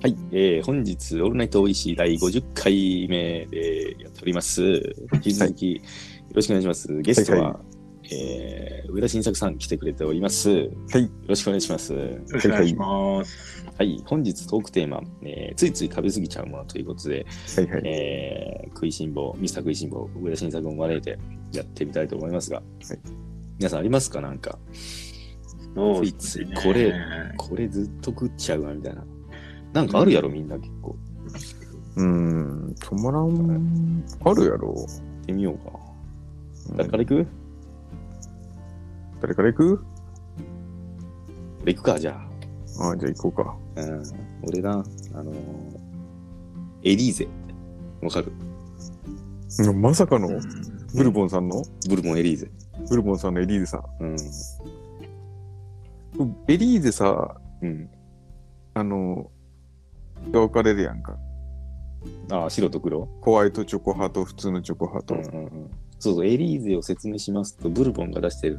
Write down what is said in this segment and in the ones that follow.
はい、本日、オールナイトおいしい第50回目でやっております。引き続き、よろしくお願いします。ゲストは、上田晋作さん来てくれております。はい。よろしくお願いします。よろしくお願いします。 はい、本日トークテーマ、ついつい食べ過ぎちゃうものということで、はいはい、食いしん坊、ミスター食いしん坊、上田晋作を招いてやってみたいと思いますが、はい、皆さんありますか？なんか、ついついこれずっと食っちゃうわみたいな。なんかあるやろ、みんな結構。 止まらん、あるやろ。 行ってみようか。誰から行く？ 誰から行く？ 俺行くか、じゃあ。じゃあ行こうか。 俺な、エリーゼ。わかる？ まさかのブルボンさんの？ ブルボンエリーゼ。 ブルボンさんのエリーゼさん。エリーゼさ、分かれるやんか。 ああ、白と黒？ ホワイトチョコ派と普通のチョコ派と。 そうそう、エリーゼを説明しますと、ブルボンが出してる、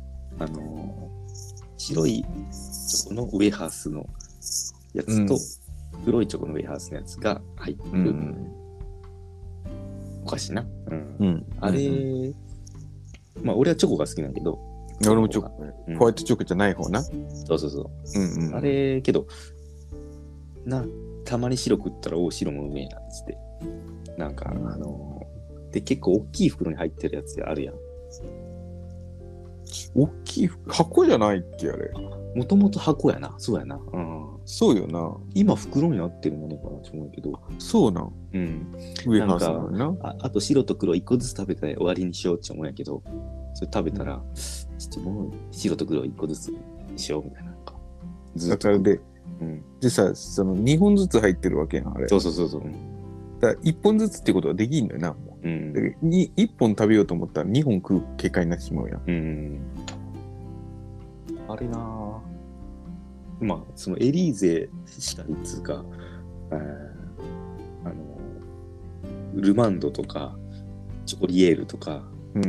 白いチョコのウェハースのやつと、黒いチョコのウェハースのやつが入ってる、お菓子な。あれ、まあ、俺はチョコが好きなんだけど、 俺もチョコ、ホワイトチョコじゃない方な。 そうそうそう。あれ、けど、たまに白食ったら、白もうめえなっつって。なんか、で、結構大きい袋に入ってるやつあるやん。 大きい箱じゃないっけ、あれ。 もともと箱やな。そうやな。 そうよな。 今、袋になってるものかなと思うけど。 そうなん。上原さんな。 あと白と黒1個ずつ食べて終わりにしようって思うんやけど、それ食べたら、ちょっともう白と黒1個ずつにしようみたいな。 だからでさ、その2本ずつ入ってるわけやん、あれ。 そうそうそうそう。 だから1本ずつってことはできんのよな、もう。1本食べようと思ったら2本食う結果になってしまうやん。 あれなぁ。まあ、そのエリーゼしたりつうか、ルマンドとか、チョコリエールとか、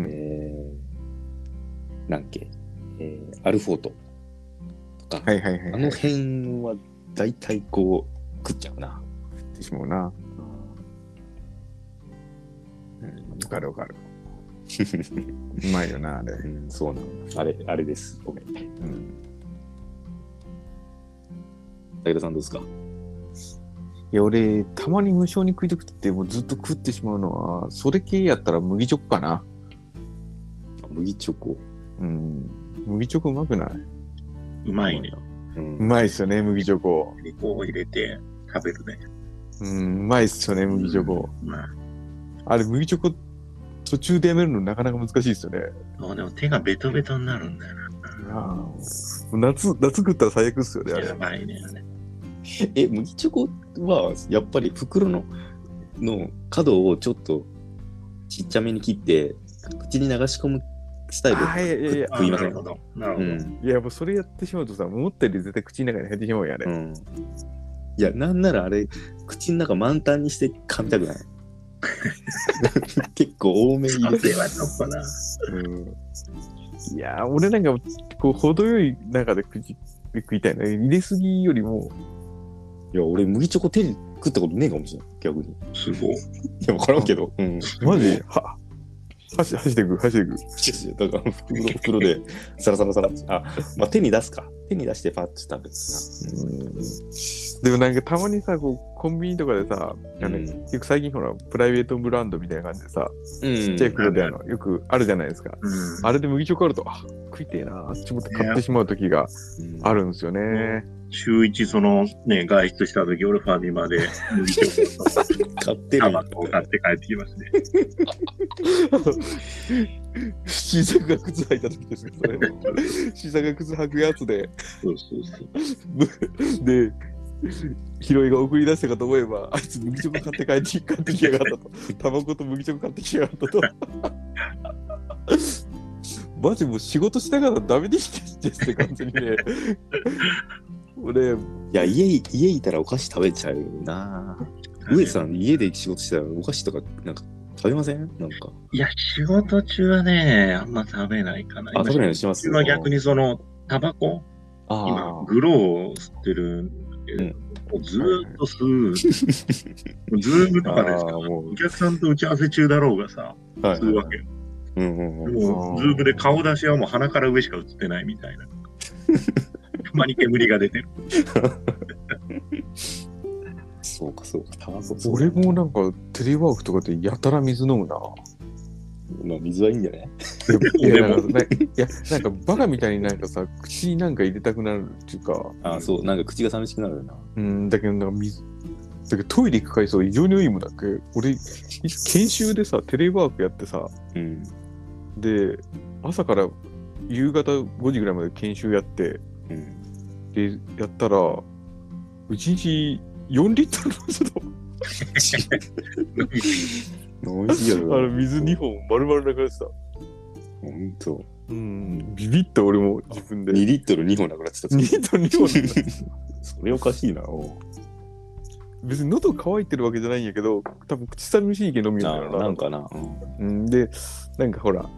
なんけ、アルフォートとか、あの辺は大体こう食っちゃうな。 食ってしまうな。わかるわかる。うまいよな、あれ。 そうなの。あれです。ごめん。武田さんどうですか？ いや、俺、たまに無性に食いたくて、もうずっと食ってしまうのは、それ系やったら麦チョコかな。 麦チョコ？ 麦チョコうまくない？ うまいね。 うまいっすよね、麦チョコ。 こう入れて食べるね。 うまいっすよね、麦チョコ。あれ、麦チョコ途中でやめるのなかなか難しいっすよね。 でも手がベトベトになるんだよな。 夏食ったら最悪っすよね、あれ。 やばいね、あれ。麦チョコはやっぱり袋の角をちょっとちっちゃめに切って口に流し込むスタイル食いません？ なるほど。 いや、もうそれやってしまうとさ、思ったより絶対口の中に入ってしまうやね。 いや、なんならあれ、口の中満タンにして噛みたくない？結構多めに入れて。 いや、俺なんか、こう、程よい中で食いたいな。入れすぎよりも。 いや、俺、麦チョコ手に食ったことねえかもしれない、逆に。 すごい。いや、わからんけど。 マジ走っていく。 だから、袋で、サラサラ。まあ、手に出すか。手に出してパッと食べるな。 でもなんかたまにさ、こうコンビニとかでさ、よく最近ほらプライベートブランドみたいな感じでさ、ちっちゃい袋でよくあるじゃないですか。あれで麦チョコあると食いてえなって思って買ってしまう時があるんですよね。 週一外出した時、俺ファミマで麦チョコ買ってる。 タバコを買って帰ってきますね。 小さが靴履いた時ですね、それ。小さが靴履くやつで。 そう。 で、ヒロイが送り出したかと思えば、あいつ麦チョコ買ってきやがったと。タバコと麦チョコ買ってきやがったと。マジもう仕事しながらダメできてって感じにね。俺、 いや、家いたらお菓子食べちゃうな。上さん、家で仕事したらお菓子とかなんか食べません？なんか。 いや、仕事中はね、あんま食べないかな。 食べないようにします。 今逆にタバコ今、グローを吸ってるけど、もうずーっとズームとかでさ、お客さんと打ち合わせ中だろうがさ、するわけよ。もう、ズームで顔出しはもう鼻から上しか映ってないみたいな。たまに煙が出てる。 そうか。 俺もなんかテレワークとかでやたら水飲むな。 まあ水はいいんじゃない？ いやなんかバカみたいになんかさ、口になんか入れたくなるっていうか。 そう、なんか口が寂しくなるよな。 だけどなんかだけどトイレ行く回数異常に多いもんだっけ。俺、研修でさ、テレワークやってさ、で、朝から夕方5時ぐらいまで研修やって、で、やったら、1日4リットルのちょっと。水2本丸々なくなってた。 ほんと。 ビビッと俺も自分で。 2リットル2本なくなってた。 2リットル2本なくなってた。 それおかしいな。 別に喉乾いてるわけじゃないんやけど、多分口寂しいけど飲みような。 なんかな。 で、なんかほら、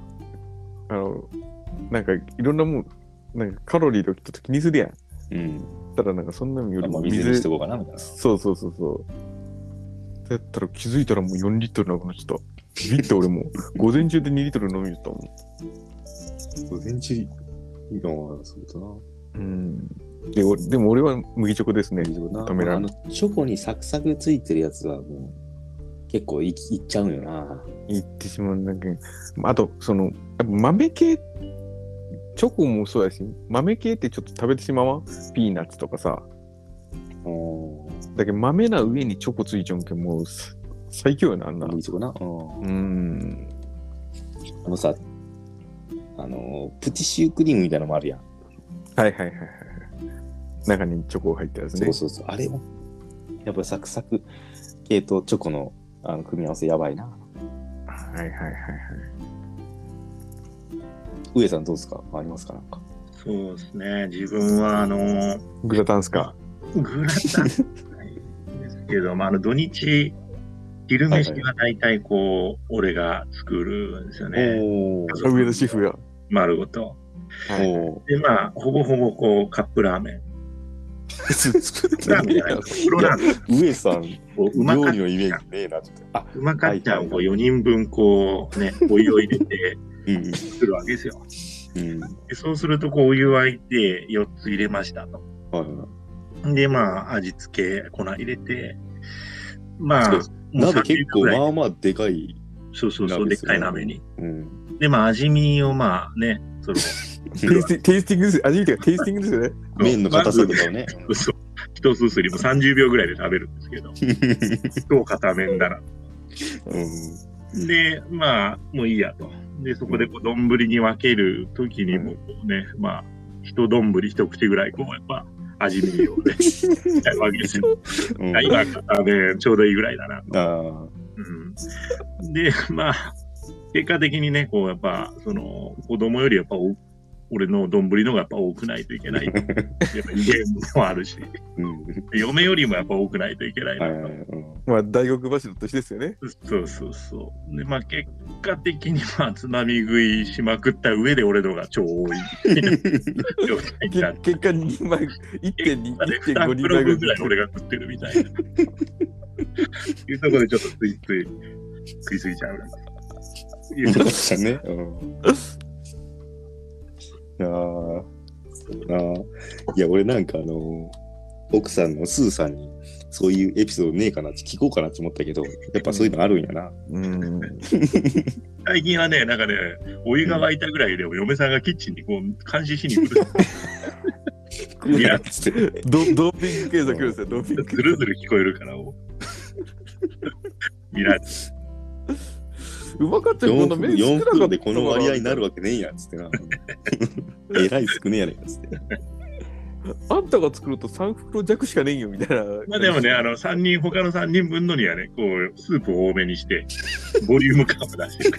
なんかいろんなもん、なんかカロリーとかちょっと気にするやん。ただなんかそんなのよりも水にしてこうかなみたいな。 そう。だったら気づいたらもう4リットルなくなっちゃった。ビビって俺も午前中で2リットル飲みよったもん。 午前中いいかも、そうだな。でも俺は麦チョコですね。 止められる。チョコにサクサクついてるやつはもう結構いっちゃうよな。 いってしまうんだけど、あと豆系、チョコもそうやし、豆系ってちょっと食べてしまわん？ピーナッツとかさ。だけど豆な上にチョコついちゃうんけもう最強やな、あんな。 麦チョコな。さ、プティシュークリームみたいなのもあるやん。 はい。中にチョコ入ったやつね。 そう。あれも、やっぱサクサク系とチョコの組み合わせやばいな。 はい。 上さんどうですか？ありますか？なんか。 そうですね。自分はグラタンですか？ グラタンですけど、土日、昼飯は大体俺が作るんですよね。 上田シェフが。 丸ごと。で、ほぼほぼカップラーメン。 上さん、料理のイメージねえなって。 うまかっちゃんを4人分お湯を入れて作るわけですよ。でそうするとお湯沸いて4つ入れましたと。で、味付け、粉入れて、 鍋結構まあまあでかい。 そう、でっかい鍋に。で、味見をテイスティングです。味見というかテイスティングですよね。 麺の硬さとかをね。 そう。一すすりも30秒ぐらいで食べるんですけど。どう片面だな。で、もういいやと。で、そこで丼に分けるときにも一丼一口ぐらいやっぱ味見をね、したいわけですよ。今片面ちょうどいいぐらいだなと。で、結果的にね、やっぱ、子供よりやっぱ、俺の丼のがやっぱ多くないといけない。やっぱ威厳もあるし、嫁よりもやっぱ多くないといけないなと。 大黒柱としてですよね。 そう。で、結果的につまみ食いしまくった上で俺のが超多い。 結果2枚、1.2、1.5 人前ぐらい俺が食ってるみたいな。いうところでちょっとついつい食いすぎちゃうな。 ね。いや、俺なんか奥さんのスーさんにそういうエピソードねえかなって聞こうかなって思ったけど、やっぱそういうのあるんやな。 最近はね、お湯が沸いたぐらいで嫁さんがキッチンに監視しに来る。 いや、つって。 ドーピング継続ですよ、ドーピング。 ずるずる聞こえるから、ミラーうまかったよ、この麺 4袋でこの割合になるわけねえやつってな。えらい少ねえやねんつって。 あんたが作ると3袋弱しかねえよみたいな。 でもね、他の3人分のにはね、スープを多めにして、ボリューム感を出してる。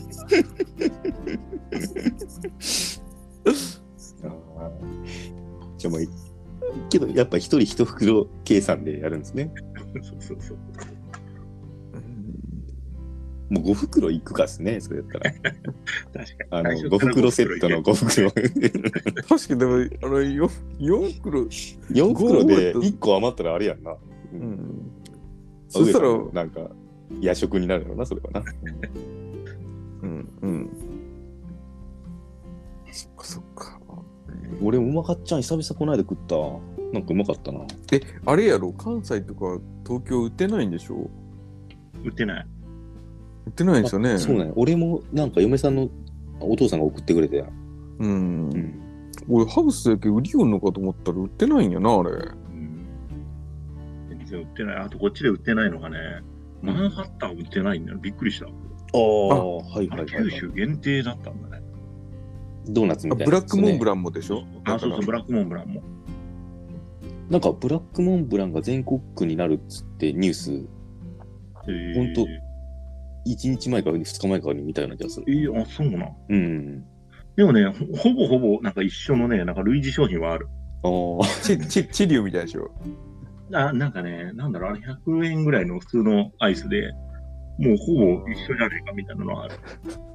じゃあもう、けどやっぱ一人一袋計算でやるんですね。 そう。 もう5袋いくかですね、それやったら。 確かに。 5袋セットの5袋。 確かに、でも、4袋。 4袋で1個余ったらあれやんな。 うん。そしたら、 なんか、夜食になるのな、それはな。 うん。そっかそっか。 俺、うまかっちゃん、久々この間食った。なんかうまかったな。 あれやろ、関西とか東京売ってないんでしょ？ 売ってない。 売ってないですよね。 そうなんや。俺もなんか嫁さんのお父さんが送ってくれてや。 俺、ハウスだけ売りよんのかと思ったら売ってないんやな、あれ。 全然売ってない。あとこっちで売ってないのがね、マンハッタン売ってないんだよ。びっくりした。 はいはい。 九州限定だったんだね。 ドーナツみたいな、 ブラックモンブランもでしょ？ そう、ブラックモンブランも。 なんかブラックモンブランが全国区になるっつってニュース、ほんと、1日前か2日前かに見たような気がする。 そうな。 でもね、ほぼなんか一緒のね、なんか類似商品はある。 チリュウみたいでしょ？ なんかね、なんだろう、あれ100円ぐらいの普通のアイスで、もうほぼ一緒じゃねえかみたいなのはある。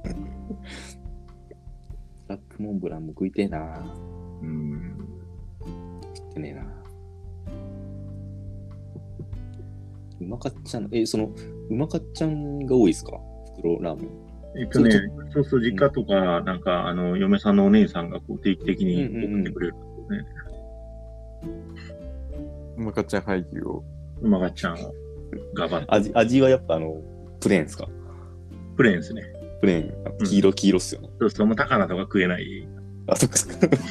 ブラックモンブランも食いてえな。食ってねえな。うまかっちゃん、うまかっちゃんが多いですか？袋ラーメン。 そう、実家とか、なんか、嫁さんのお姉さんがこう定期的に送ってくれるんですよね。 うまかっちゃん配給を。 うまかっちゃんがばって。 味はやっぱプレーンですか？ プレーンですね。 プレーン、黄色っすよね。 そう、もう高菜とか食えない。 そっか。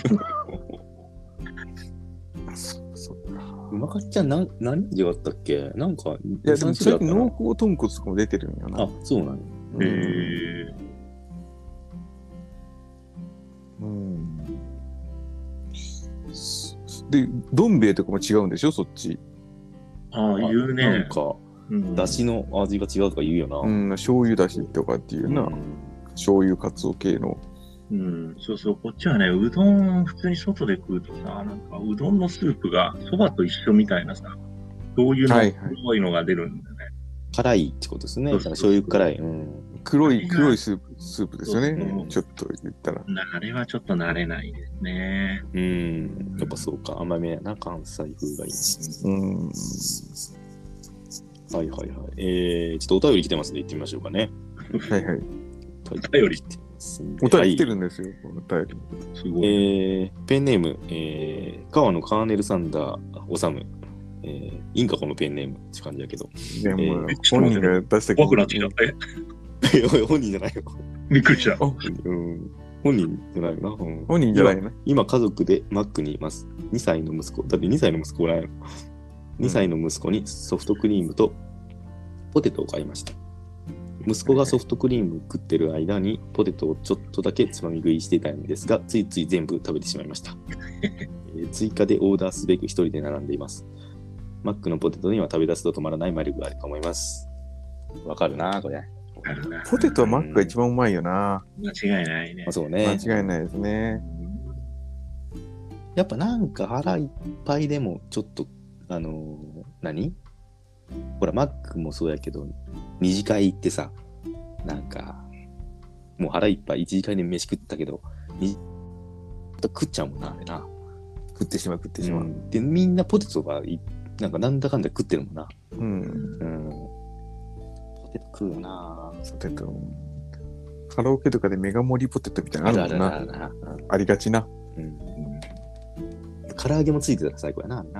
うまかっちゃん、何味があったっけ？なんか、 いや、でも最近濃厚豚骨とかも出てるんよな。 そうなんや。 で、どん兵衛とかも違うんでしょ、そっち。 言うね。 なんか、だしの味が違うとか言うよな。 醤油だしとかっていうな。醤油かつお系の。 そう、こっちはね、うどん普通に外で食うとさ、なんかうどんのスープがそばと一緒みたいなさ、そういうの黒いのが出るんだよね。 辛いってことですね。醤油辛い。 黒いスープですよね。ちょっと言ったら。 あれはちょっと慣れないですね。 やっぱそうか。甘めやな、関西風がいい。はい。ちょっとお便り来てますんで行ってみましょうかね。 はい。 お便り来てお便り来てるんですよ、お便り。 すごい。ペンネーム、川野カーネルサンダー・オサム。いいんかこのペンネームって感じだけど。 本人が出した怖くなってきた。 本人じゃないよ。 びっくりした。 本人じゃないよな。 本人じゃないな。 今家族でマックにいます。2歳の息子。だって2歳の息子おらんやろ。2歳の息子にソフトクリームとポテトを買いました。息子がソフトクリーム食ってる間にポテトをちょっとだけつまみ食いしていたんですが、ついつい全部食べてしまいました。追加でオーダーすべく一人で並んでいます。マックのポテトには食べ出すと止まらない魔力があると思います。わかるなこれ。 ポテトはマックが一番うまいよな。 間違いないね。 そうね。 間違いないですね。 やっぱなんか腹いっぱいでもちょっと何？ほらマックもそうやけど二次会行ってさ、なんかもう腹いっぱい一次会で飯食ったけど食っちゃうもんなあれな。 食ってしまう。 でみんなポテトがなんだかんだ食ってるもんな。ポテト食うよな。 ポテト。カラオケとかでメガ盛りポテトみたいなのあるもんな。ありがちな。 唐揚げもついてたら最高やな。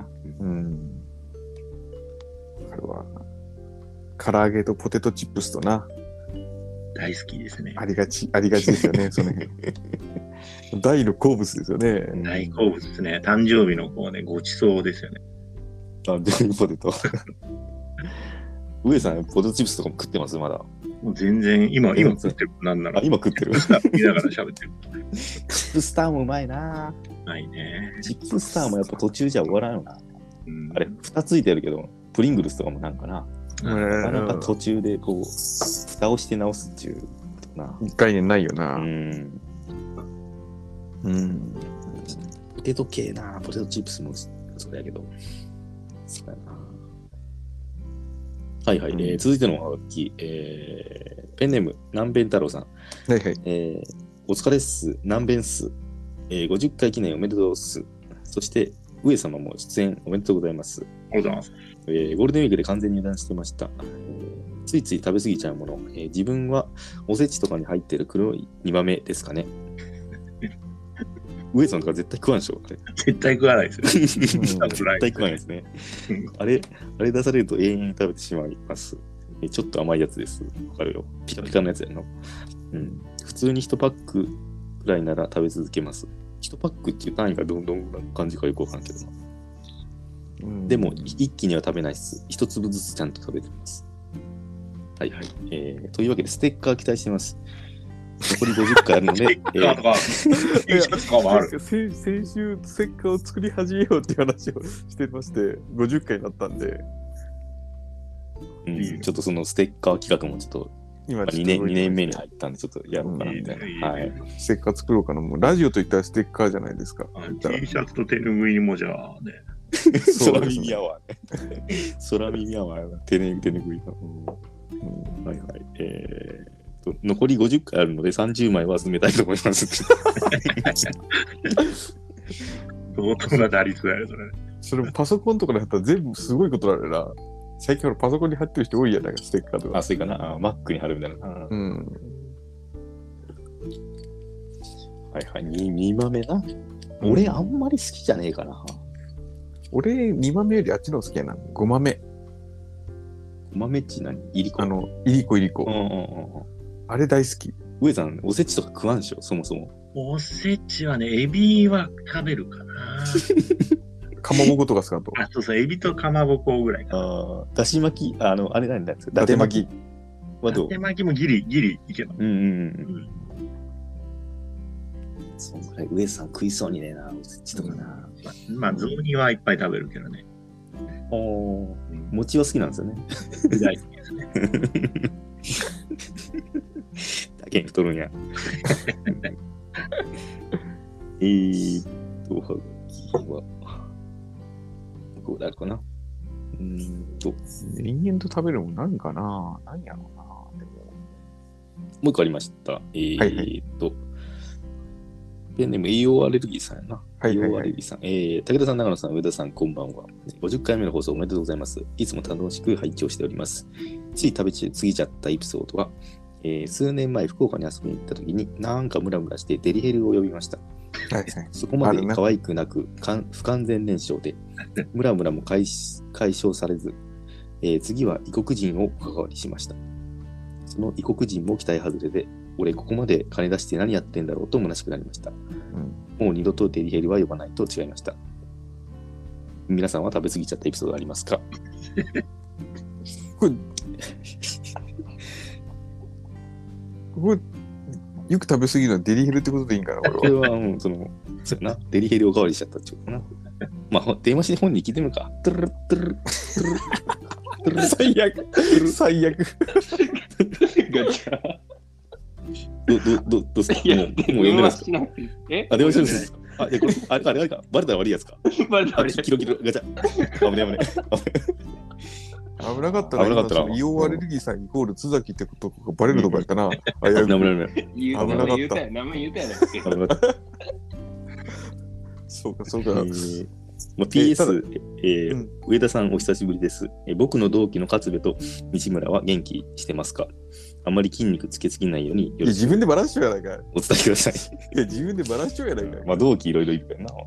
これは唐揚げとポテトチップスとな。 大好きですね。 ありがちですよね、その辺。大の好物ですよね。 大好物ですね。誕生日のごちそうですよね。 誕生日ポテト。上さん、ポテトチップスとかも食ってますまだ。 もう全然、今食ってる。なんなら。 今食ってる。 チップスター見ながら喋ってる。 チップスターもうまいな。 うまいね。 チップスターもやっぱ途中じゃ終わらんよな。あれ、蓋ついてるけど、プリングルスとかもなんかな。なかなか途中でこう、蓋をして直すっていうな。 概念ないよな。 ポテト系な。ポテトチップスもそうやけど。そうやな。はい。続いてのおはがき、 ペンネーム、南弁太郎さん。 はいはい。 お疲れっす。南弁っす。50回記念おめでとうっす。そして、上様も出演おめでとうございます。 ありがとうございます。 ゴールデンウィークで完全に油断してました。ついつい食べ過ぎちゃうもの。自分はおせちとかに入ってる黒い煮豆ですかね。上さんとか絶対食わんでしょ、あれ。 絶対食わないですよ。 絶対食わないですね。あれ出されると永遠に食べてしまいます。ちょっと甘いやつです。わかるよ。ピカピカのやつやの。普通に1パックくらいなら食べ続けます。1パックっていう単位がどんどん感じかよくわからんけどな。でも、一気には食べないです。一粒ずつちゃんと食べてます。はいはい。というわけで、ステッカー期待してます。残り50回あるので、 ステッカーとか、T シャツとかもある。 先週、ステッカーを作り始めようっていう話をしてまして、50回になったんで、 ちょっとそのステッカー企画もちょっと、今2年目に入ったんで、ちょっとやろうかなみたいな。はい。 ステッカー作ろうかな。もうラジオといったらステッカーじゃないですか。 T シャツと手ぬぐいもじゃあね。 空耳アワーね。空耳アワー、手ぬぐいの。はいはい。残り50回あるので30枚は集めたいと思います。 相当な打率だよ、それ。 それもパソコンとかでやったら全部すごいことだよな。最近ほらパソコンに貼ってる人多いやないか、ステッカーとか。 あ、そうかな。Mac に貼るみたいな。はいはい。煮豆な。俺あんまり好きじゃねえかな。 俺、煮豆よりあっちの好きやな。ご豆。 ご豆って何？いりこ。 いりこ。あれ大好き。 上さん、おせちとか食わんでしょ、そもそも。 おせちはね、エビは食べるかな。 かまぼことか使うと。 あ、そうそう、エビとかまぼこぐらいかな。 だし巻き、あれなんだっけ？ 伊達巻きはどう？伊達巻きもギリいけば。 そうか、上さん食いそうにねえな、おせちとかな。 まあ、雑煮はいっぱい食べるけどね。 餅は好きなんですよね。 大好きですね。 だけに太るんや。はがきは、どうだるかな。 人間と食べるもんなんかな。何やろうな。でもう一個ありました。ペンネーム栄養アレルギーさんやな。栄養アレルギーさん。武田さん、長野さん、上田さん、こんばんは。50回目の放送おめでとうございます。いつも楽しく拝聴しております。つい食べ過ぎちゃったエピソードは、数年前福岡に遊びに行った時になんかムラムラしてデリヘルを呼びました。そこまで可愛くなく不完全燃焼でムラムラも解消されず、次は異国人をお関わりしました。その異国人も期待外れで、俺ここまで金出して何やってんだろうと虚しくなりました。もう二度とデリヘルは呼ばないと違いました。皆さんは食べ過ぎちゃったエピソードありますか？ これよく食べ過ぎるのはデリヘルってことでいいんかな、 これはそうやな。デリヘルおかわりしちゃったってことかな。まあ、電話して本人聞いてみるか。トゥルルトゥルルトゥルル最悪。最悪。 ガチャ。どうすか？もう読んでますか？電話してるんですか？あれか。バレたら悪いやつか。 バレたら悪いやつ。 キロガチャ。危ね。 危なかったら、硫黄アレルギーさんイコール津崎ってことがバレるとかやったな。危なかった。 名前言うたやな。 そうか。 PS、上田さんお久しぶりです。僕の同期の勝部と西村は元気してますか？あまり筋肉つけすぎないように自分でバラしちゃうやないかい。 お伝えください。 自分でバラしちゃうやないかい。 まあ同期いろいろいるけどな。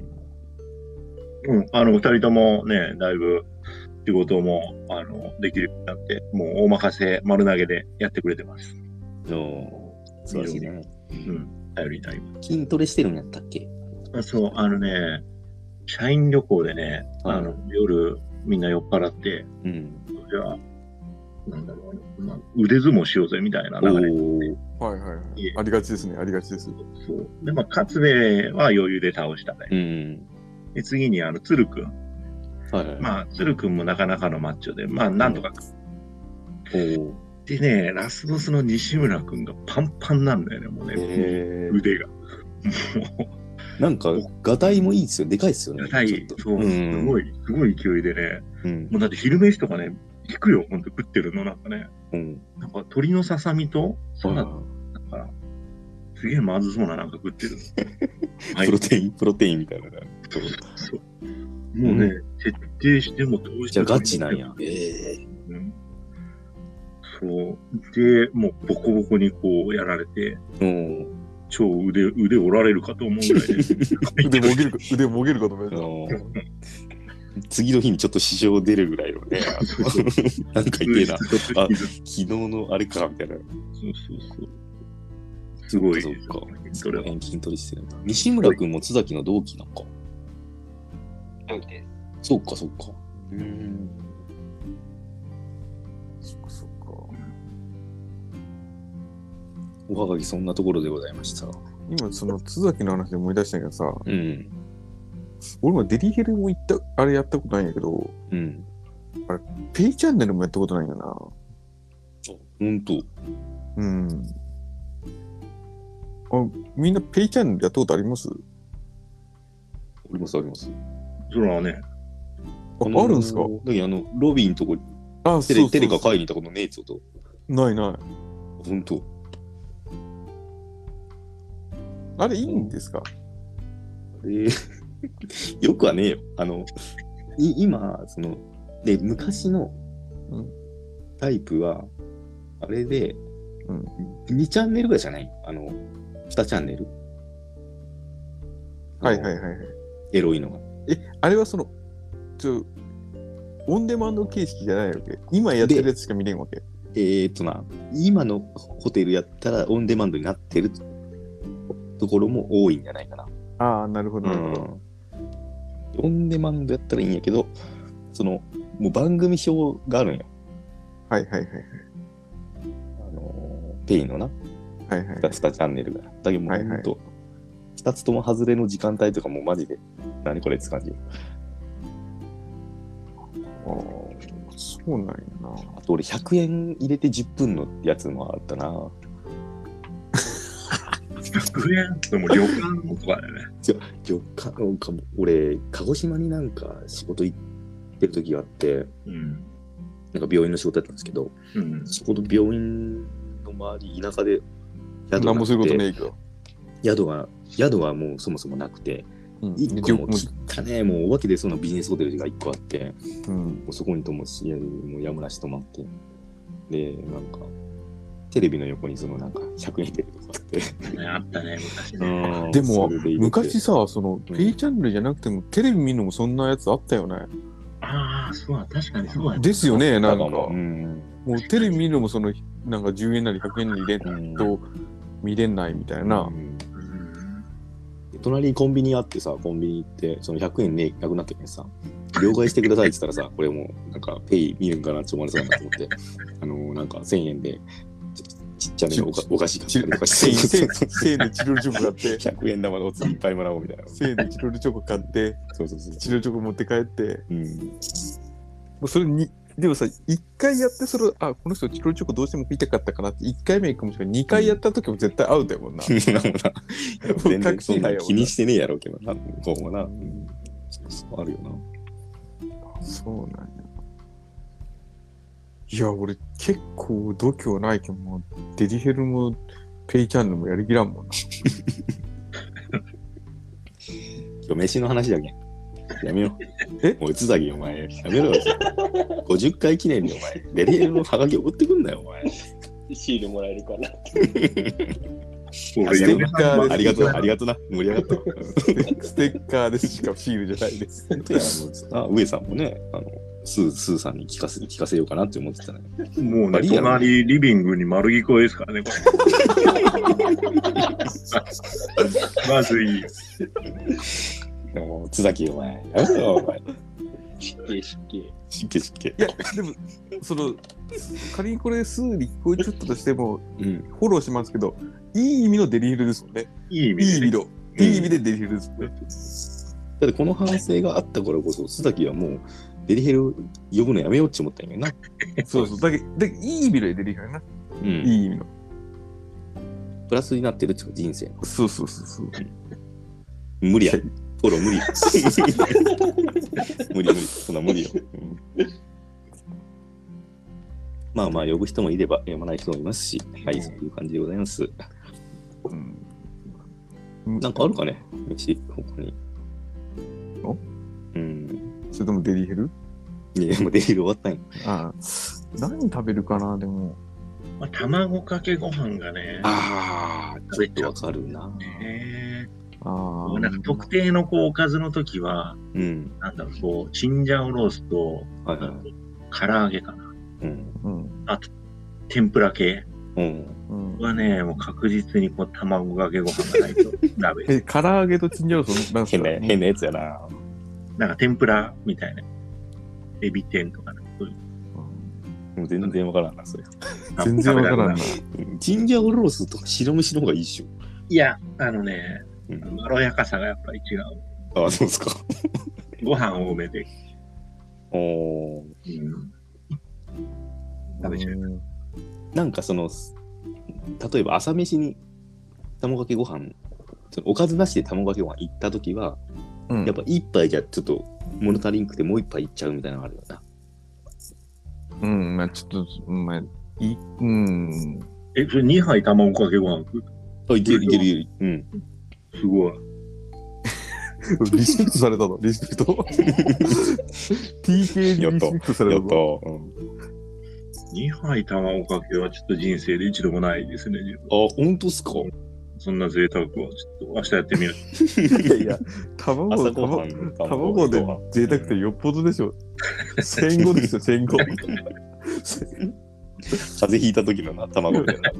二人ともね、だいぶ仕事もできるようになって、もう大任せ丸投げでやってくれてます。 素晴らしいね。 頼りになります。 筋トレしてるんやったっけ？ そう、社員旅行でね、夜みんな酔っ払って、じゃあ、なんだろう、腕相撲しようぜみたいな流れ。 ありがちですね、ありがちです。 そう。で、勝部は余裕で倒したね。で、次に鶴くん。鶴くんもなかなかのマッチョで、なんとか。でね、ラスボスの西村くんがパンパンなんだよね、もうね、腕が。 なんか、ガタイもいいですよ。でかいですよね。 ガタイ、そう、すごい勢いでね。もうだって昼飯とかね、 聞くよ、ほんと食ってるの、なんかね。 うん。 なんか鶏のささみとサラダ、なんか、すげえまずそうななんか食ってる。 プロテインみたいな。 そう。もうね、徹底しても糖質じゃあガチなんや。 うん。そう。で、もうボコボコにこうやられて、超腕折られるかと思うぐらいで。 腕もげるかと思いました。 次の日にちょっと支障出るぐらいのね、なんか言ってな、昨日のあれか、みたいな。 そう。すごい。 そうか。それは筋トレしてるんだ。西村君も津崎の同期なんか。 同期です。 そうか。 そっか。 おはがきそんなところでございました。 今、その津崎の話で思い出したんやけどさ、俺もデリヘルもあれやったことないんやけど、あれ、ペイチャンネルもやったことないんやな。 ほんと。 みんなペイチャンネルやったことあります？ あります。 それはね。 あるんすか？ ロビーのとこ、テレカ買いに行ったことねえっつうと。 ない。 ほんと。 あれいいんですか？ よくはねえよ。今、昔のタイプは、あれで、2チャンネルぐらいじゃない？2チャンネル。 はい。 エロいのが。 あれはオンデマンド形式じゃないわけ？今やってるやつしか見れんわけ？ 今のホテルやったらオンデマンドになってるところも多いんじゃないかな。 ああ、なるほど。 オンデマンドやったらいいんやけど、もう番組表があるんよ。 はい。 ペイのな。2チャンネルが。だけどもうほんと、2つとも外れの時間帯とかもうマジで、何これって感じ。 そうなんやな。 あと俺100円入れて10分のやつもあったな。 100円ってもう旅館とかだよね。 旅館かも。俺、鹿児島になんか仕事行ってる時があって、なんか病院の仕事やったんですけど、そこの病院の周り、田舎で宿が何もすることねえけど。 宿はもうそもそもなくて、1個ももうお化けでそのビジネスホテルが1個あって、もうそこにもうやむなし泊まって、で、なんか、テレビの横になんか100円テレビとかあって。 あったね、昔ね。 でも、昔さ、ペイチャンネルじゃなくても、テレビ見るのもそんなやつあったよね。 ああ、そうだ、確かにそうだ。 ですよね、なんか。もうテレビ見るのもなんか10円なり100円なり入れんと見れないみたいな。 隣にコンビニあってさ、コンビニ行って、100円ね、なくなったけどさ、両替してくださいって言ったらさ、これもう、なんか、ペイ見るんかなって思われそうだなと思って、なんか1000円で、ちっちゃなお菓子買ったりとかして、 1000円でチロルチョコ買って、 100円玉のおついっぱいもらおうみたいな。 1000円でチロルチョコ買って、チロルチョコ持って帰って、もうそれに、でもさ、1回やって、この人チロルチョコどうしても食いたかったかなって、1回目行くもしれない。2回やった時も絶対アウトやもんな。 全然そんな気にしてねえやろうけどな、こうもな。あるよな。 そうなんや。いや、俺結構度胸ないけど、もうデリヘルもペイチャンネルもやりきらんもんな。 今日飯の話だけん。やめよう。もう津崎お前、やめろよ。50回記念でお前、デリヘルのハガキ送ってくんなよ、お前。 シールもらえるかな。 ステッカーありがとう、ありがとうな。盛り上がった。 ステッカーです。しかもシールじゃないです。 本当や、上さんもね、スーさんに聞かせようかなって思ってたね。 もうね、隣リビングに丸聞こえですからね、これ。まずい。 でも、津崎お前、やめろよ、お前。 湿気。 いや、でも、仮にこれ数に聞こえちゃったとしても、フォローしますけど、いい意味のデリヘルですもんね。いい意味でデリヘルですもんね。 だってこの反省があったからこそ、須崎はもうデリヘル呼ぶのやめようって思ったんやな。 そう。だけど、いい意味でデリヘルな。いい意味の。 プラスになってるっていうか人生。 そう。 無理や。フォロー無理。無理。そんな無理よ。 まあまあ、呼ぶ人もいれば、呼ばない人もいますし、はい、そういう感じでございます。なんかあるかね、飯、他に。 それともデリヘル？ いや、もうデリヘル終わったんや。 ああ。何食べるかな、でも。 まあ、卵かけご飯がね。 ああ、ちょっとわかるな。 なんか特定のこうおかずの時は、なんだろう、こう、チンジャオロースと、唐揚げかな。あと、天ぷら系はね、もう確実にこう卵かけご飯がないとダメ。 唐揚げとチンジャオロースなんすか？ 変なやつやな。 なんか天ぷらみたいな。エビ天とかね。 もう全然わからんな、それ。 全然わからんな。 チンジャオロースとか白飯の方がいいっしょ。 いや、まろやかさがやっぱり違う。 ああ、そうですか。 ご飯多めで。食べちゃう。 なんか例えば朝飯に卵かけご飯、おかずなしで卵かけご飯行ったときは、やっぱ一杯じゃちょっと物足りんくてもう一杯いっちゃうみたいなのがあるよな。 まあちょっと、まあ、それ2杯卵かけご飯食う？ あ、いける。 すごい。 リスペクトされたの？リスペクト？TK にリスペクトされたの ？2杯卵かけはちょっと人生で一度もないですね。 あ、本当っすか？ そんな贅沢はちょっと明日やってみる。 いや、卵で贅沢ってよっぽどでしょ。戦後ですよ、戦後。 風邪ひいた時のな、卵みたいな。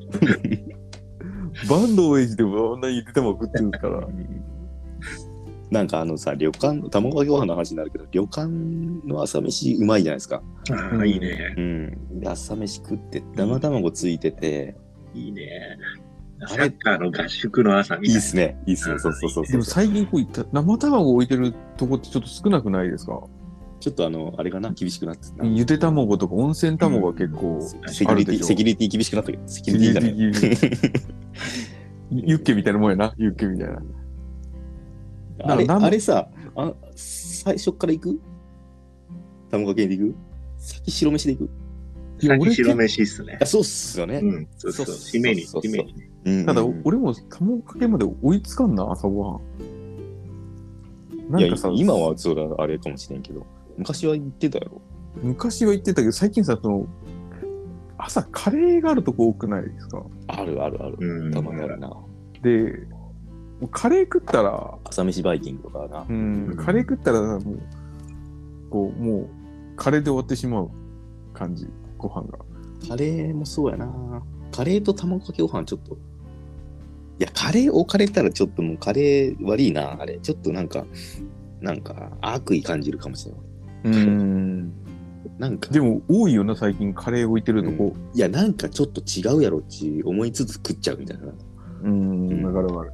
バンドウェイジでもあんなにゆで卵食ってるから。 なんか旅館、卵かけご飯の話になるけど、旅館の朝飯うまいじゃないですか。 いいね。 朝飯食って生卵ついてて。 いいね。サッカーの合宿の朝みたいな。 いいっすね。そう。 でも最近こういった生卵置いてるとこってちょっと少なくないですか？ ちょっとあれかな、厳しくなってた。 ゆで卵とか温泉卵が結構あるでしょ。 セキュリティ厳しくなったけど、セキュリティじゃない。 ユッケみたいなもんやな、ユッケみたいな。 あれさ、最初から行く？卵かけで行く？先白飯で行く？ 先白飯っすね。 そうっすよね。 そう。締めに。 ただ、俺も卵かけまで追いつかんな、朝ごはん。 なんかさ、今はそれあれかもしれんけど、昔は行ってたやろ。 昔は行ってたけど、最近さ、朝カレーがあるとこ多くないですか？ ある。たまにあるな。 で、カレー食ったら、 朝飯バイキングとかな。 カレー食ったら、もう、カレーで終わってしまう感じ。ご飯が。 カレーもそうやな。カレーと卵かけご飯ちょっと。いや、カレー置かれたらちょっともうカレー悪いな。あれ。ちょっとなんか悪意感じるかもしれない。なんか。 でも多いよな、最近カレー置いてるとこ。 いや、なんかちょっと違うやろって思いつつ食っちゃうみたいな。 わかる。カ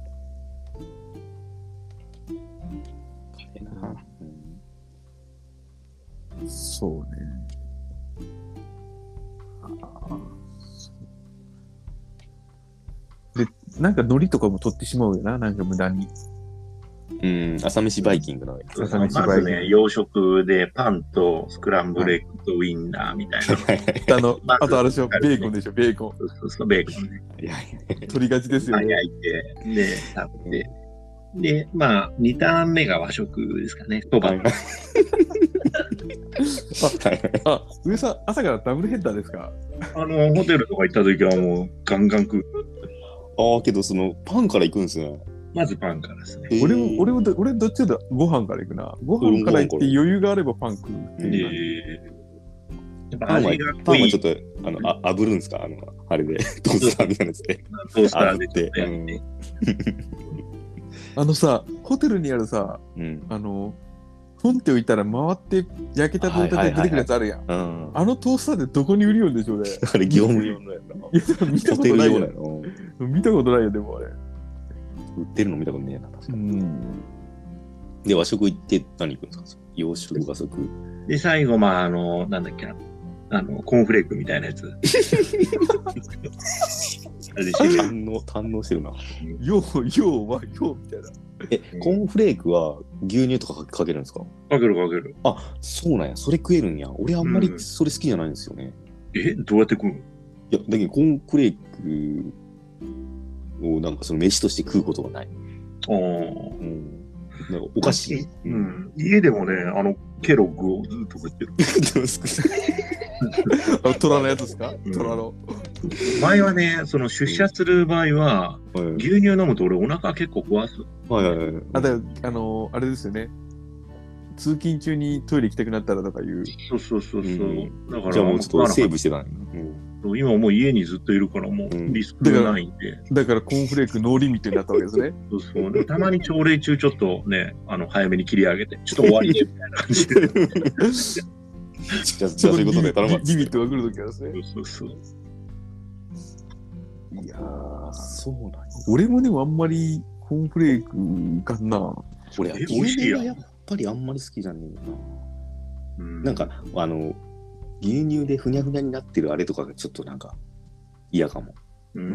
レーな。 そうね。で、なんか海苔とかも取ってしまうよな、なんか無駄に。 朝飯バイキングの朝飯バイキング。まずね、洋食でパンとスクランブルエッグとウインナーみたいな。 あとあれでしょ、ベーコンでしょ、ベーコン。 そう、ベーコンね。 取りがちですよね。 焼いて、で、食べて。で、まあ、2ターン目が和食ですかね、そば。 上さん、朝からダブルヘッダーですか？ ホテルとか行った時はもうガンガン食う。 けどパンから行くんですね。 まずパンからですね。 俺どっちだご飯から行くな。ご飯から行って余裕があればパン食うっていう。 パンはちょっと炙るんですか？あれでトースターみたいなやつで。 トースターでって。 さ、ホテルにあるさ、ポンって置いたら回って焼けた状態で出てくるやつあるやん。あのトースターでどこに売りよんでしょうね。 あれ業務用のやつな。 いや、見たことないよ。見たことないよ、でもあれ。 売ってるの見たことねえな、確かに。で、和食行って何行くんですか？洋食、和食。 で、最後、なんだっけな。コーンフレークみたいなやつ。 堪能してるな。 ようみたいな。 コーンフレークは牛乳とかかけるんですか？ かける。 あ、そうなんや。それ食えるんや。俺あんまりそれ好きじゃないんですよね。 どうやって食うの？ いや、だけどコーンフレークをなんかその飯として食うことがない。 ああ。 なんかお菓子。 家でもね、ケロッグをずっと食ってる。 虎のやつですか？虎の。 前はね、その出社する場合は、牛乳飲むと俺お腹結構壊す。 あれですよね。通勤中にトイレ行きたくなったらとかいう。 そう。だからじゃあもうちょっとセーブしてたん今もう家にずっといるからもうリスクがないんで。 だからコーンフレークノーリミットになったわけですね。 そう。たまに朝礼中ちょっとね、早めに切り上げて、ちょっと終わりみたいな感じで。 じゃあそういうことで頼む。 リミットが来るときはですね。 そう。 いやー、 そうなんや。 俺もでもあんまりコーンフレークかな。 俺、 美味しいややっぱりあんまり好きじゃねえな。なんか、牛乳でふにゃふにゃになってるあれとかがちょっとなんか嫌かも。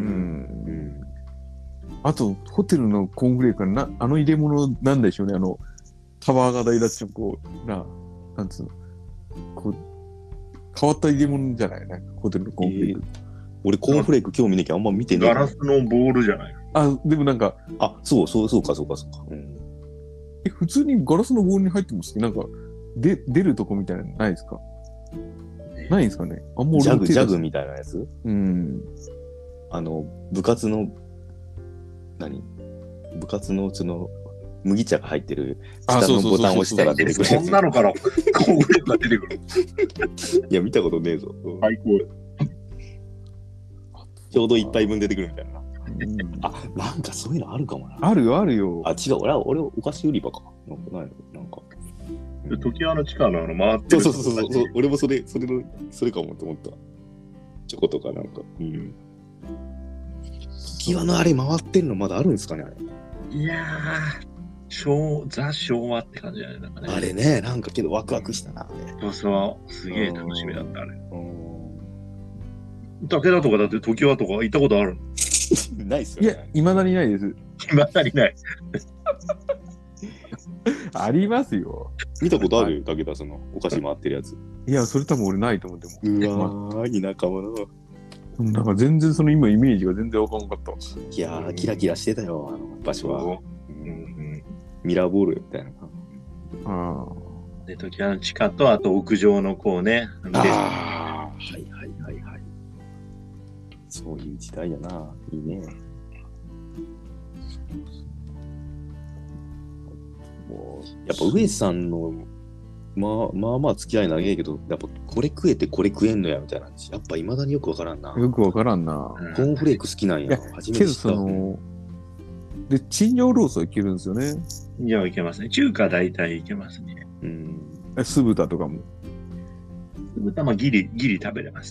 あと、ホテルのコーンフレークは入れ物なんでしょうね。タワーが台立ちのなんつうの。こう、変わった入れ物じゃないね。ホテルのコーンフレーク。 俺、コーンフレーク興味なきゃあんま見てねえ。 ガラスのボールじゃない。 でもなんか。 そうか。 普通にガラスのボールに入ってますけど、なんか、出るとこみたいなのないですか？ないんですかね。あんまジャグみたいなやつ？部活のその麦茶が入ってる下のボタンを押したら出てくる。 そんなのからコーンフレークが出てくる。 いや見たことねえぞ。 最高。 ちょうど一杯分出てくるみたいな。なんかそういうのあるかもな。 あるよ。 違う。俺お菓子売り場か。なんかないの？なんか。 時は地下の回ってる。 そう。俺もそれかもと思った。チョコとかなんか。時はのあれ回ってるのまだあるんですかねあれ。 いやー、ザ昭和って感じじゃないなんかね。 あれね、なんかけどワクワクしたな。 そう、すげえ楽しみだったあれ。武田とかだって時はとか行ったことあるの？ ないっすよね。 いや、未だにないです。 未だにない。 ありますよ。 見たことある？武田そのお菓子回ってるやつ。 いや、それ多分俺ないと思っても。うわー、田舎者。 なんか全然その今イメージが全然わかんなかった。 いやー、キラキラしてたよ、場所は。ミラーボールみたいな。 で、時はの地下と、あと屋上のこうね。 はい。そういう時代やな。いいね。もうやっぱ上さんのまあ付き合い長いけど、やっぱこれ食えてこれ食えんのやみたいな話、やっぱ未だによくわからんな。 よくわからんな。 コーンフレーク好きなんや。初めて知った。 で、チンジャオロースはいけるんですよね。 チンジャオいけますね。中華大体いけますね。 酢豚とかも。 酢豚ギリ食べれます。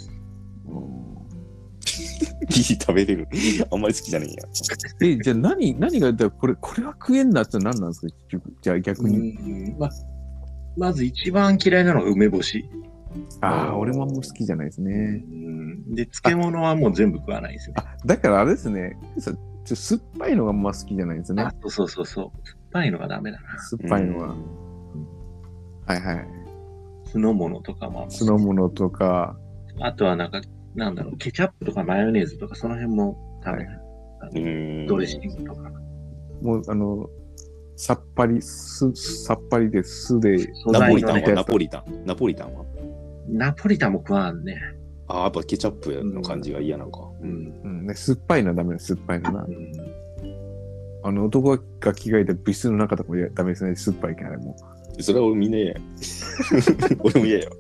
ギリ食べれる。あんまり好きじゃねえや。じゃあ何がこれは食えんなって何なんですか？じゃあ逆に。 まず一番嫌いなのが梅干し。 俺もあんま好きじゃないですね。 で、漬物はもう全部食わないですね。 だからあれですね。酸っぱいのがあんま好きじゃないですね。 そう。酸っぱいのがダメだな。 酸っぱいのは。はいはい。 酢の物とかも。 酢の物とか。 あとはケチャップとかマヨネーズとかその辺もダメだ。ドレッシングとか。 もうさっぱりで酢で。 ナポリタンはナポリタンも食わんね。 やっぱケチャップの感じが嫌なのか。 酸っぱいのはダメだ、酸っぱいのな。男が着替えた物質の中とかもダメですね、酸っぱいからもう。それは俺みんな嫌や。俺も嫌よ。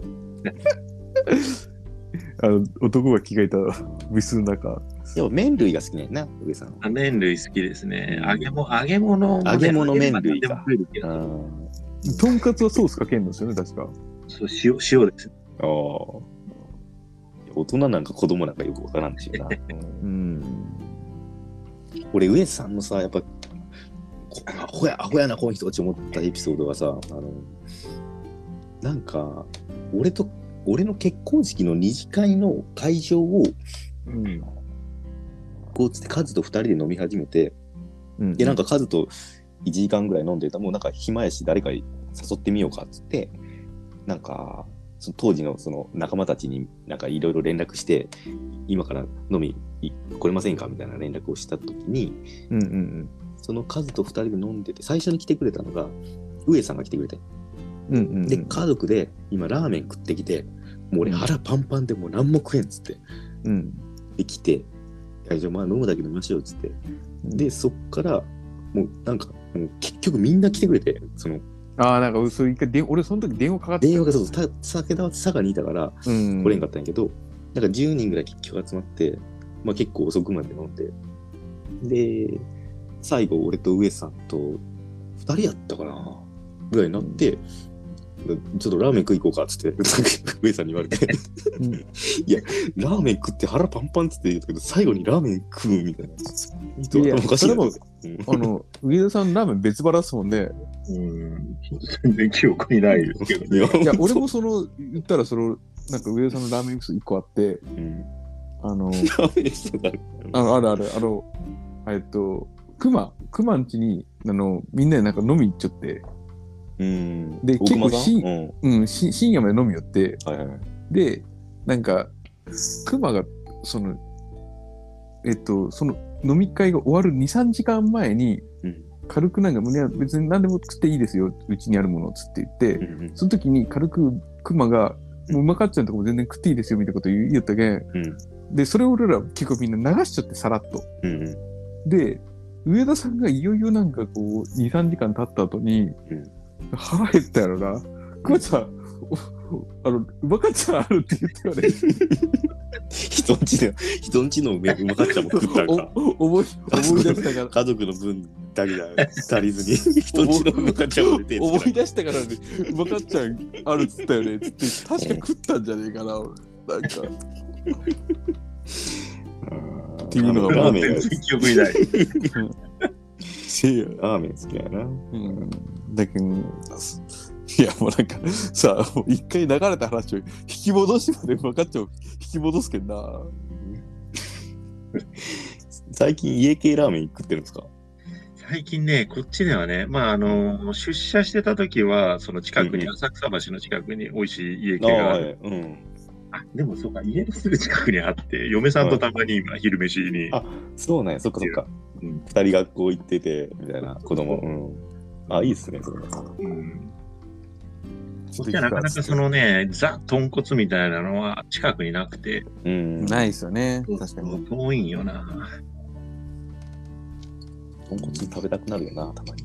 男が着替えた物質の中。 でも麺類が好きねんな、上さん。 麺類好きですね。揚げ物麺類か。 とんかつはソースかけんのですよね、確か。 そう、塩です。 大人なんか子供なんかよくわからんしな。俺、上さんのさ、やっぱ、アホやな、この人たち思ったエピソードがさ、なんか、俺の結婚式の二次会の会場を、こうつってカズと2人で飲み始めて、で、なんかカズと1時間ぐらい飲んでたら、もうなんか暇やし誰か誘ってみようかっつって、なんか、 その当時のその仲間たちになんかいろいろ連絡して、今から飲み来れませんかみたいな連絡をしたときに、そのカズと2人で飲んでて、最初に来てくれたのが、上さんが来てくれて。で、家族で今ラーメン食ってきて、もう俺腹パンパンでもう何も食えんっつって。で、来て、じゃあまあ飲むだけ飲みましょうっつって。で、そっから、もうなんか、もう結局みんな来てくれて、その、 なんか嘘一回俺その時電話かかって電話がそう、酒田は佐賀にいたから、来れんかったんやけど、なんか10人ぐらい結局集まって、まあ結構遅くまで飲んで、で、最後俺と上さんと2人やったかなぐらいになって、ちょっとラーメン食い行こうかっつって上さんに言われていやラーメン食って腹パンパンっつって言ったけど最後にラーメン食うみたいな。 いやおかしいな。上田さんラーメン別腹っすもんね。 全然記憶にないですけど、ね。 いや俺もその言ったらそのなんか上田さんのラーメンミックス1個あって、 ラーメンしてたある熊んちにみんなでなんか飲み行っちゃって。で結構深夜まで飲み寄って、でなんかクマがその飲み会が終わる 2,3 時間前に、軽くなんか別に何でも食っていいですようちにあるものっつって言って、その時に軽くクマがもううまかっちゃうとこも全然食っていいですよみたいなこと言ったけん、でそれを俺ら結構みんな流しちゃってさらっと、で上田さんがいよいよなんかこう 2,3 時間経った後に、腹減ったやろな。クマちゃん、うまかっちゃんあるって言ったよね。 人んちのうまかっちゃんも食ったんか。 思い出したから。 家族の分だけじゃ足りずに、人んちのうまかっちゃんも出て思い出したからね、うまかっちゃんあるっつったよねって確か食ったんじゃねえかな。なんか。 っていうのがラーメンが記憶にない。 ラーメン好きやな。 だけど、いやもうなんかさ、一回流れた話を引き戻しまで分かっちゃう引き戻すけんな。 最近家系ラーメン食ってるんですか？ 最近ね、こっちではね、まあ出社してた時はその近くに、浅草橋の近くに美味しい家系がある。でもそうか、家のすぐ近くにあって、嫁さんとたまに今昼飯に。 そうなんや、そっかそっか。2人学校行ってて、みたいな子供。いいっすね、それ。 そっちはなかなかそのね、ザ・豚骨みたいなのは近くになくて。 ないっすよね、確かに。 遠いんよな。 豚骨食べたくなるよな、たまに。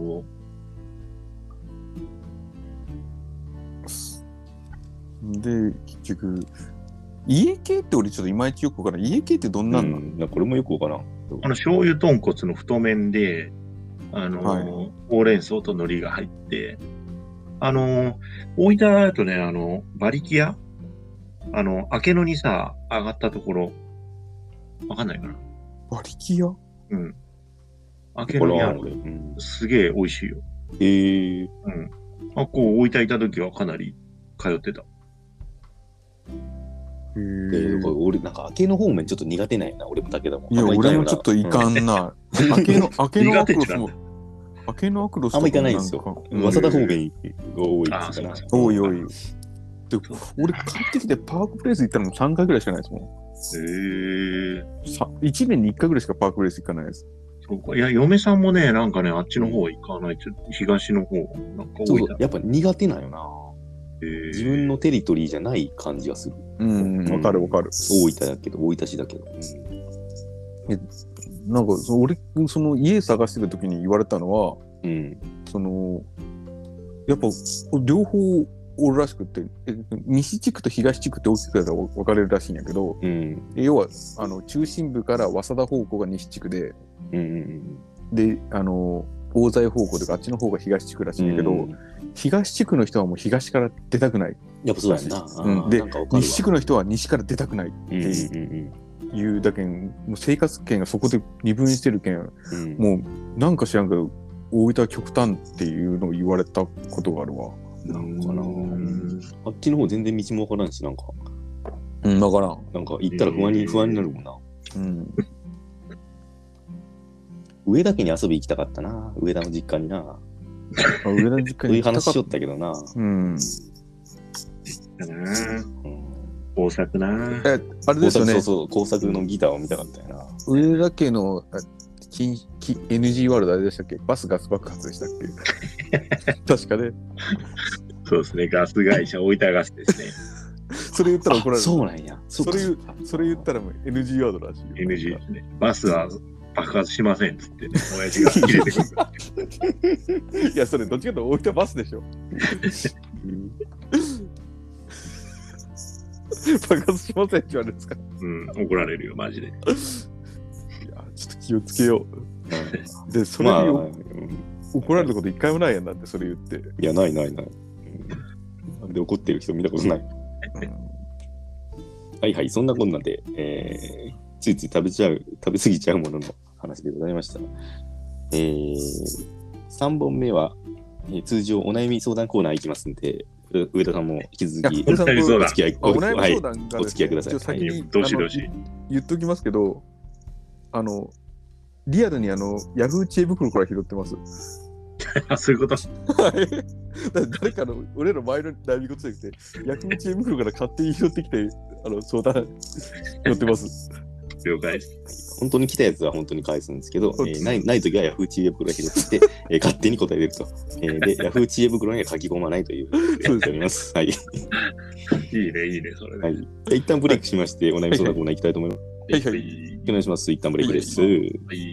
で、結局、家系って俺ちょっといまいちよくわからない。家系ってどんなんなの？ これもよくわからん。 醤油豚骨の太麺で、ほうれん草と海苔が入って、大分だとね、馬力屋明野にさ、上がったところ、わかんないかな。 馬力屋？ 明野にある。すげえ美味しいよ。こう、大分いた時はかなり通ってた。 俺なんか明けの方面ちょっと苦手なんやな、俺もだけども。 いや俺もちょっといかんな。明けのアクロスもあんま行かないんですよ。早稲田方面が多いですから。 多い。で俺帰ってきてパークプレイス行ったのも3回ぐらいしかないですもん。1年に1回ぐらいしかパークプレイス行かないです。 そうか。いや、嫁さんもね、なんかね、あっちの方行かないと、東の方なんか多い。 やっぱ苦手なんよな。自分のテリトリーじゃない感じがする。 わかる。大分市だけど。なんか俺その家探してる時に言われたのは、そのやっぱ両方おるらしくて、西地区と東地区って大きく分かれるらしいんやけど、要は中心部から早稲田方向が西地区で、で大西方向とかあっちの方が東地区らしいんやけど、東地区の人はもう東から出たくない。 やっぱそうやな。 で西地区の人は西から出たくないっていうだけん、もう生活圏がそこで二分してるけん、もうなんか知らんけど大分は極端っていうのを言われたことがあるわ。 なんかなあっちの方全然道もわからんし、なんかだからなんか行ったら不安になるもんな。上田家に遊び行きたかったな、上田の実家にな。 上田の実家にそういう話しよったけどな。 だな。工作な。 あれですよね。 そうそう、工作のギターを見たかったよな。 上田家のNG ワールドあれでしたっけ？バスガス爆発でしたっけ？確かね。 そうですね、ガス会社、大分ガスですね。 それ言ったら怒られる。 そうなんや。 それ言ったらもう NG ワードらしいよ。 NG ですね。バスは爆発しませんっつってね、親父が入れてくる。 いや、それどっちかというと大分バスでしょ。爆発しませんって言われるんですか？ うん、怒られるよ、マジで。 いや、ちょっと気をつけよう。で、それに、怒られること一回もないやんだって、それ言って。 いや、ない。なんで怒ってる人見たことない。はい、そんなこんなで、ついつい食べ過ぎちゃうものの話でございました。3本目は、通常お悩み相談コーナー行きますんで、上田さんも引き続きお付き合いお悩み相談が、 お付き合いください。 先にどしどし言っときますけど、リアルにヤフー知恵袋から拾ってます。 そういうこと。 誰かの俺の前の悩み事じゃなくて、ヤフー知恵袋から勝手に拾ってきて、相談拾ってます。 了解です。 本当に来たやつは本当に返すんですけど、ないときはヤフー知恵袋を拾ってきて、勝手に答えれると。で、ヤフー知恵袋には書き込まないというやっております。はい。いいね、それね。 はい。一旦ブレイクしまして、お悩み相談コーナー行きたいと思います。 はい。 お願いします。一旦ブレイクです。 はい。